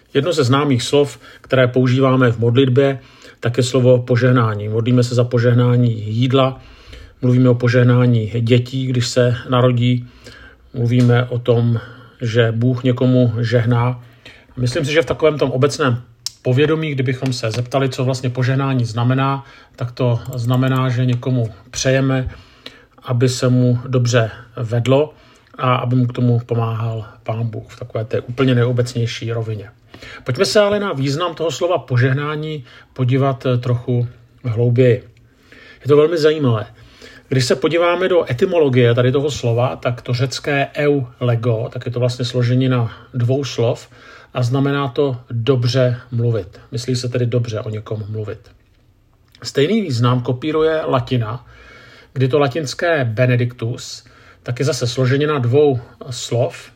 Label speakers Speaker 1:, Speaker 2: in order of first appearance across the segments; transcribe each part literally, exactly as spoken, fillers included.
Speaker 1: Jedno ze známých slov, které používáme v modlitbě, tak je slovo požehnání. Modlíme se za požehnání jídla, mluvíme o požehnání dětí, když se narodí, mluvíme o tom, že Bůh někomu žehná. Myslím si, že v takovém tom obecném povědomí, kdybychom se zeptali, co vlastně požehnání znamená, tak to znamená, že někomu přejeme, aby se mu dobře vedlo a aby mu k tomu pomáhal Pán Bůh v takové té úplně nejobecnější rovině. Pojďme se ale na význam toho slova požehnání podívat trochu hlouběji. Je to velmi zajímavé. Když se podíváme do etymologie tady toho slova, tak to řecké eu lego, tak je to vlastně složenina dvou slov a znamená to dobře mluvit. Myslí se tedy dobře o někom mluvit. Stejný význam kopíruje latina, kdy to latinské benedictus, tak je zase složenina dvou slov,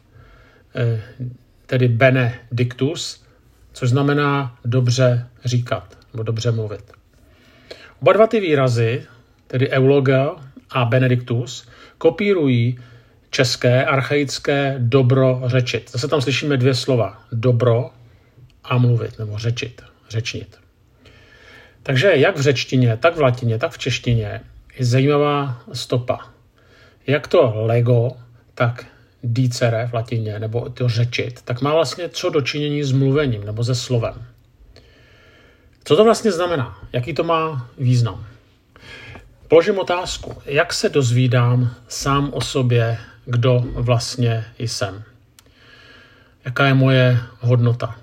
Speaker 1: tedy benedictus, což znamená dobře říkat nebo dobře mluvit. Oba dva ty výrazy, tedy eulogia a benedictus, kopírují české archaické dobro řečit. Zase tam slyšíme dvě slova. Dobro a mluvit, nebo řečit, řečnit. Takže jak v řečtině, tak v latině, tak v češtině je zajímavá stopa. Jak to lego, tak dicere v latině, nebo to řečit, tak má vlastně co dočinění s mluvením, nebo se slovem. Co to vlastně znamená? Jaký to má význam? Položím otázku. Jak se dozvídám sám o sobě, kdo vlastně jsem? Jaká je moje hodnota?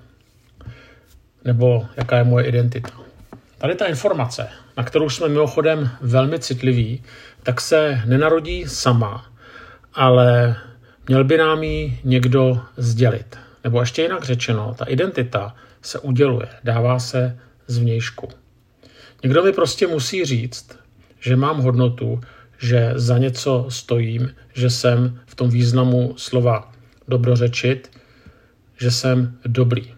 Speaker 1: Nebo jaká je moje identita? Tady ta informace, na kterou jsme mimochodem velmi citliví, tak se nenarodí sama, ale měl by nám ji někdo sdělit. Nebo ještě jinak řečeno, ta identita se uděluje, dává se zvnějšku. Někdo mi prostě musí říct, že mám hodnotu, že za něco stojím, že jsem v tom významu slova dobrořečit, že jsem dobrý.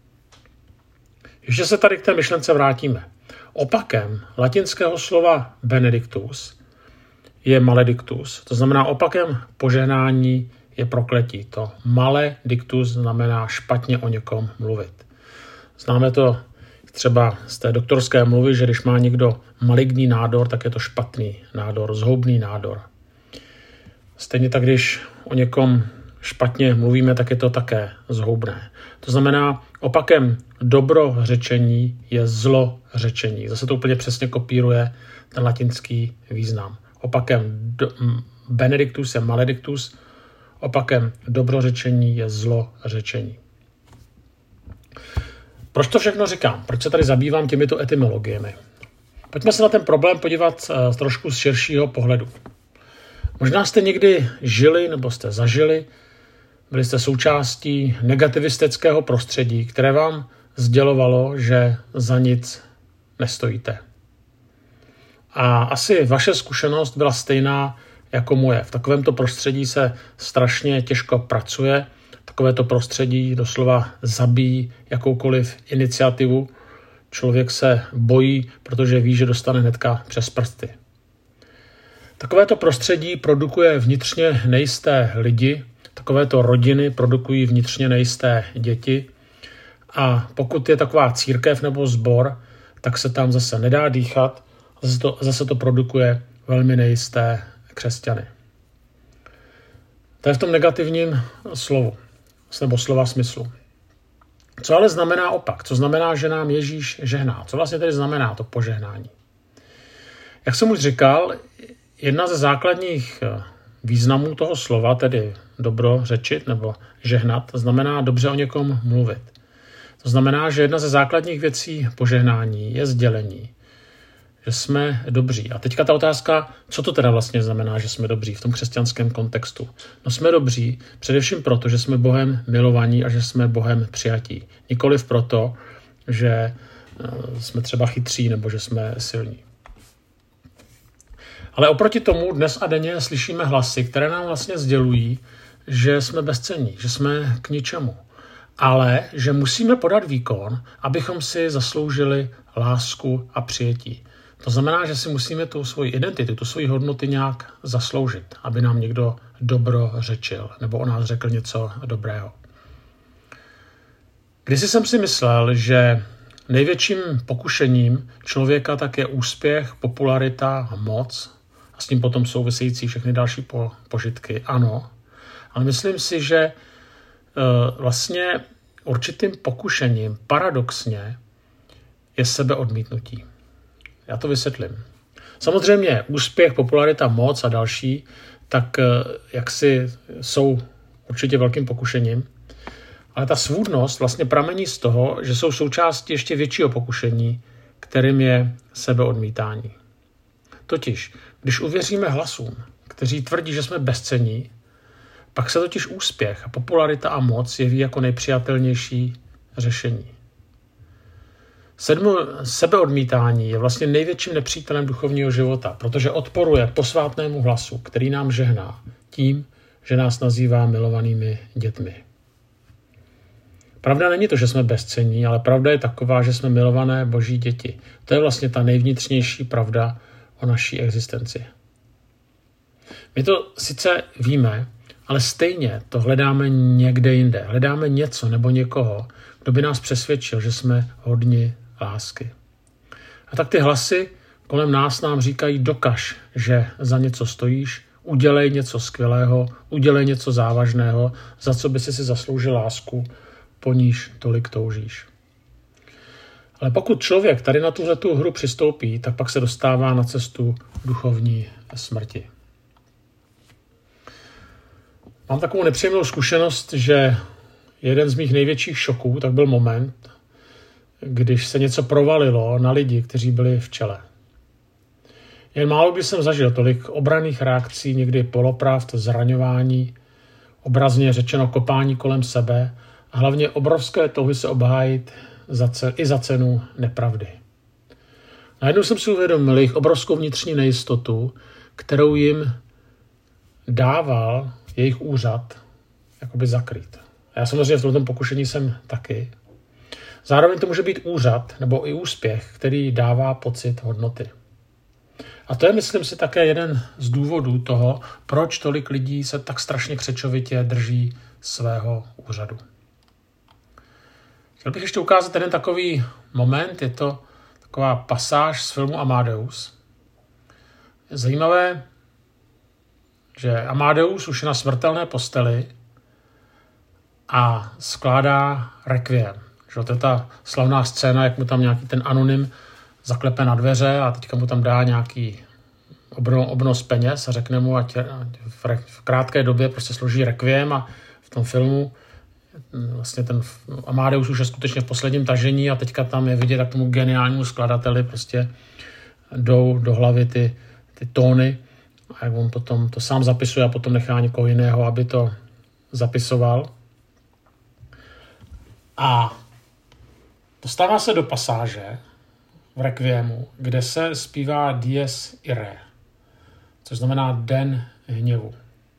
Speaker 1: Ještě se tady k té myšlence vrátíme. Opakem latinského slova benedictus je maledictus. To znamená opakem požehnání je prokletí. To maledictus znamená špatně o někom mluvit. Známe to třeba z té doktorské mluvy, že když má někdo maligní nádor, tak je to špatný nádor, zhoubný nádor. Stejně tak, když o někom špatně mluvíme, tak je to také zhoubné. To znamená, opakem dobrořečení je zlořečení. Zase to úplně přesně kopíruje ten latinský význam. Opakem do, benedictus je maledictus, opakem dobrořečení je zlořečení. Proč to všechno říkám? Proč se tady zabývám těmito etymologiemi? Pojďme se na ten problém podívat uh, trošku z širšího pohledu. Možná jste někdy žili nebo jste zažili, byli jste součástí negativistického prostředí, které vám sdělovalo, že za nic nestojíte. A asi vaše zkušenost byla stejná jako moje. V takovémto prostředí se strašně těžko pracuje. Takovéto prostředí doslova zabíjí jakoukoliv iniciativu. Člověk se bojí, protože ví, že dostane hnedka přes prsty. Takovéto prostředí produkuje vnitřně nejisté lidi, takovéto rodiny produkují vnitřně nejisté děti a pokud je taková církev nebo sbor, tak se tam zase nedá dýchat, zase to, zase to produkuje velmi nejisté křesťany. To je v tom negativním slovu, nebo slova smyslu. Co ale znamená opak? Co znamená, že nám Ježíš žehná? Co vlastně tedy znamená to požehnání? Jak jsem už říkal, jedna ze základních významů toho slova, tedy dobrořečit nebo žehnat, znamená dobře o někom mluvit. To znamená, že jedna ze základních věcí požehnání je sdělení, že jsme dobří. A teďka ta otázka, co to teda vlastně znamená, že jsme dobří v tom křesťanském kontextu? No jsme dobří především proto, že jsme Bohem milovaní a že jsme Bohem přijatí. Nikoliv proto, že jsme třeba chytří nebo že jsme silní. Ale oproti tomu dnes a denně slyšíme hlasy, které nám vlastně sdělují, že jsme bezcenní, že jsme k ničemu. Ale že musíme podat výkon, abychom si zasloužili lásku a přijetí. To znamená, že si musíme tu svoji identitu, tu svoji hodnoty nějak zasloužit, aby nám někdo dobro řečil, nebo o nás řekl něco dobrého. Kdysi jsem si myslel, že největším pokušením člověka tak je úspěch, popularita a moc a s tím potom související všechny další po, požitky. Ano, ale myslím si, že e, vlastně určitým pokušením paradoxně je sebeodmítnutí. Já to vysvětlím. Samozřejmě úspěch, popularita, moc a další, tak jaksi jsou určitě velkým pokušením, ale ta svůdnost vlastně pramení z toho, že jsou součástí ještě většího pokušení, kterým je sebeodmítání. Totiž, když uvěříme hlasům, kteří tvrdí, že jsme bezcenní, pak se totiž úspěch, popularita a moc jeví jako nejpřijatelnější řešení. Sedmo, sebeodmítání je vlastně největším nepřítelem duchovního života, protože odporuje posvátnému hlasu, který nám žehná tím, že nás nazývá milovanými dětmi. Pravda není to, že jsme bezcenní, ale pravda je taková, že jsme milované boží děti. To je vlastně ta nejvnitřnější pravda o naší existenci. My to sice víme, ale stejně to hledáme někde jinde. Hledáme něco nebo někoho, kdo by nás přesvědčil, že jsme hodni lásky. A tak ty hlasy kolem nás nám říkají: dokaž, že za něco stojíš, udělej něco skvělého, udělej něco závažného, za co by si si zasloužil lásku, po níž tolik toužíš. Ale pokud člověk tady na tuhletu hru přistoupí, tak pak se dostává na cestu duchovní smrti. Mám takovou nepříjemnou zkušenost, že jeden z mých největších šoků tak byl moment, když se něco provalilo na lidi, kteří byli v čele. Jen málo kdy jsem zažil tolik obranných reakcí, někdy polopravd, zraňování, obrazně řečeno kopání kolem sebe a hlavně obrovské touhy se obhájit za cel, i za cenu nepravdy. Najednou jsem si uvědomil jejich obrovskou vnitřní nejistotu, kterou jim dával jejich úřad jakoby zakrýt. A já samozřejmě v tomto pokušení jsem taky. Zároveň to může být úřad nebo i úspěch, který dává pocit hodnoty. A to je, myslím si, také jeden z důvodů toho, proč tolik lidí se tak strašně křečovitě drží svého úřadu. Chtěl bych ještě ukázat jeden takový moment, je to taková pasáž z filmu Amadeus. Je zajímavé, že Amadeus už je na smrtelné posteli a skládá rekviem. Že to je ta slavná scéna, jak mu tam nějaký ten anonym zaklepe na dveře a teďka mu tam dá nějaký obnos peněz a řekne mu, ať v krátké době prostě složí rekviem, a v tom filmu vlastně ten Amadeus už je skutečně v posledním tažení a teďka tam je vidět, jak tomu geniálnímu skladateli prostě jdou do hlavy ty, ty tóny a jak on potom to sám zapisuje a potom nechá někoho jiného, aby to zapisoval. A dostává se do pasáže v rekviemu, kde se zpívá Dies Irae, což znamená Den hněvu.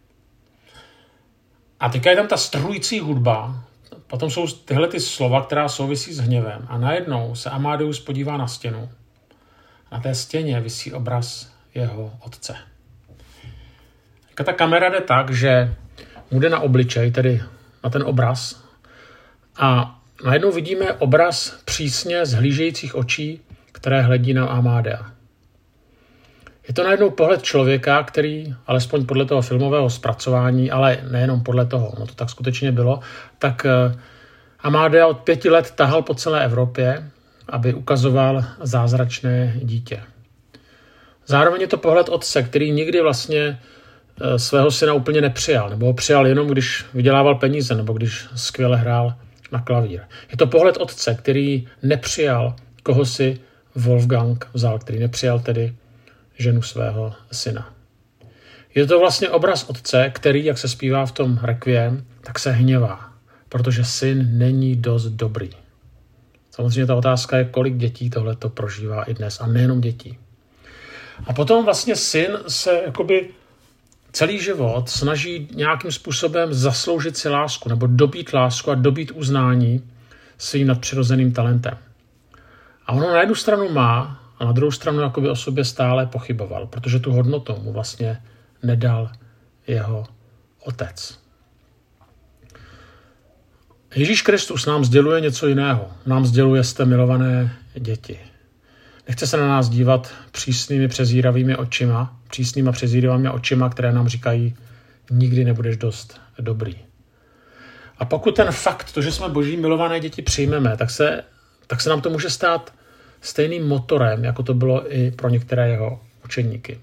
Speaker 1: A teďka je tam ta strhující hudba, potom jsou tyhle ty slova, která souvisí s hněvem. A najednou se Amadeus podívá na stěnu. Na té stěně visí obraz jeho otce. Teďka ta kamera jde tak, že mu jde na obličej, tedy na ten obraz. A najednou vidíme obraz přísně zhlížejících očí, které hledí na Amadea. Je to najednou pohled člověka, který, alespoň podle toho filmového zpracování, ale nejenom podle toho, no to tak skutečně bylo, tak Amadea od pěti let tahal po celé Evropě, aby ukazoval zázračné dítě. Zároveň je to pohled otce, který nikdy vlastně svého syna úplně nepřijal, nebo ho přijal jenom, když vydělával peníze, nebo když skvěle hrál na klavír. Je to pohled otce, který nepřijal, koho si Wolfgang vzal, který nepřijal tedy ženu svého syna. Je to vlastně obraz otce, který, jak se zpívá v tom rekviem, tak se hněvá, protože syn není dost dobrý. Samozřejmě ta otázka je, kolik dětí tohleto prožívá i dnes, a nejenom dětí. A potom vlastně syn se jakoby celý život snaží nějakým způsobem zasloužit si lásku, nebo dobít lásku a dobít uznání svým nadpřirozeným talentem. A ono na jednu stranu má, a na druhou stranu jakoby o sobě stále pochyboval, protože tu hodnotu mu vlastně nedal jeho otec. Ježíš Kristus nám sděluje něco jiného. Nám sděluje, jste milované děti. Nechce se na nás dívat přísnými přezíravými očima, přísnými přezíravými očima, které nám říkají, nikdy nebudeš dost dobrý. A pokud ten fakt, to, že jsme Boží milované děti, přijmeme, tak se, tak se nám to může stát stejným motorem, jako to bylo i pro některé jeho učedníky.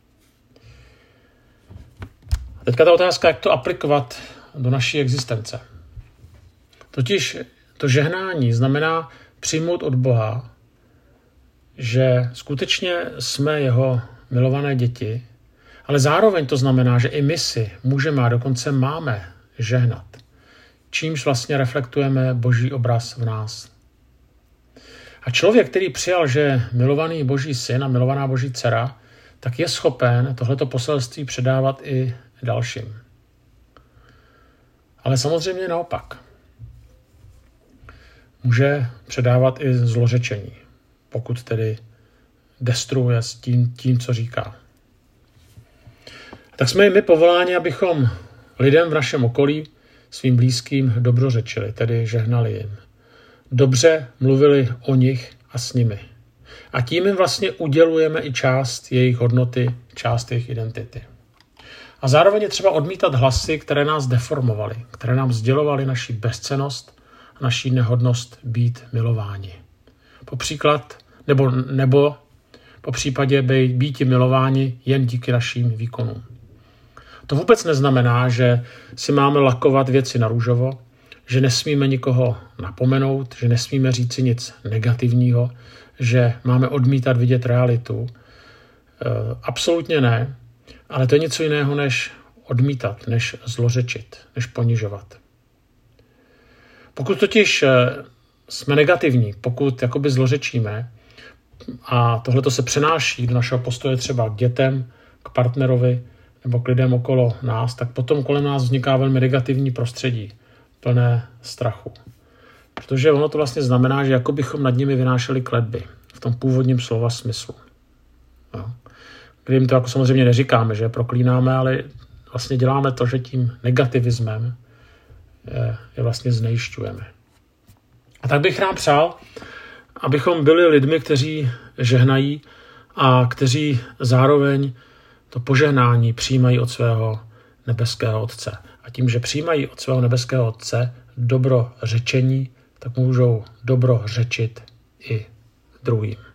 Speaker 1: A teďka ta otázka, jak to aplikovat do naší existence. Totiž to žehnání znamená přijmout od Boha, že skutečně jsme jeho milované děti, ale zároveň to znamená, že i my si můžeme a dokonce máme žehnat, čímž vlastně reflektujeme Boží obraz v nás. A člověk, který přijal, že milovaný Boží syn a milovaná Boží dcera, tak je schopen tohleto poselství předávat i dalším. Ale samozřejmě naopak. Může předávat i zlořečení, pokud tedy destruuje s tím, tím, co říká. Tak jsme i my povoláni, abychom lidem v našem okolí, svým blízkým, dobrořečili, tedy žehnali jim. Dobře mluvili o nich a s nimi. A tím jim vlastně udělujeme i část jejich hodnoty, část jejich identity. A zároveň je třeba odmítat hlasy, které nás deformovaly, které nám sdělovaly naši bezcennost a naši nehodnost být milováni. Po příklad, nebo, nebo po případě být milováni jen díky našim výkonům. To vůbec neznamená, že si máme lakovat věci na růžovo, že nesmíme nikoho napomenout, že nesmíme říci nic negativního, že máme odmítat vidět realitu. E, absolutně ne, ale to je něco jiného, než odmítat, než zlořečit, než ponižovat. Pokud totiž jsme negativní, pokud jakoby zlořečíme, a tohle se přenáší do našeho postoje třeba k dětem, k partnerovi nebo k lidem okolo nás, tak potom kolem nás vzniká velmi negativní prostředí, plné strachu. Protože ono to vlastně znamená, že jako bychom nad nimi vynášeli kletby v tom původním slova smyslu. Jo. Kdy jim to jako samozřejmě neříkáme, že je proklínáme, ale vlastně děláme to, že tím negativismem je, je vlastně znejišťujeme. A tak bych nám přál, abychom byli lidmi, kteří žehnají a kteří zároveň to požehnání přijímají od svého nebeského Otce. A tím, že přijímají od svého nebeského Otce dobro řečení, tak můžou dobro řečit i druhým.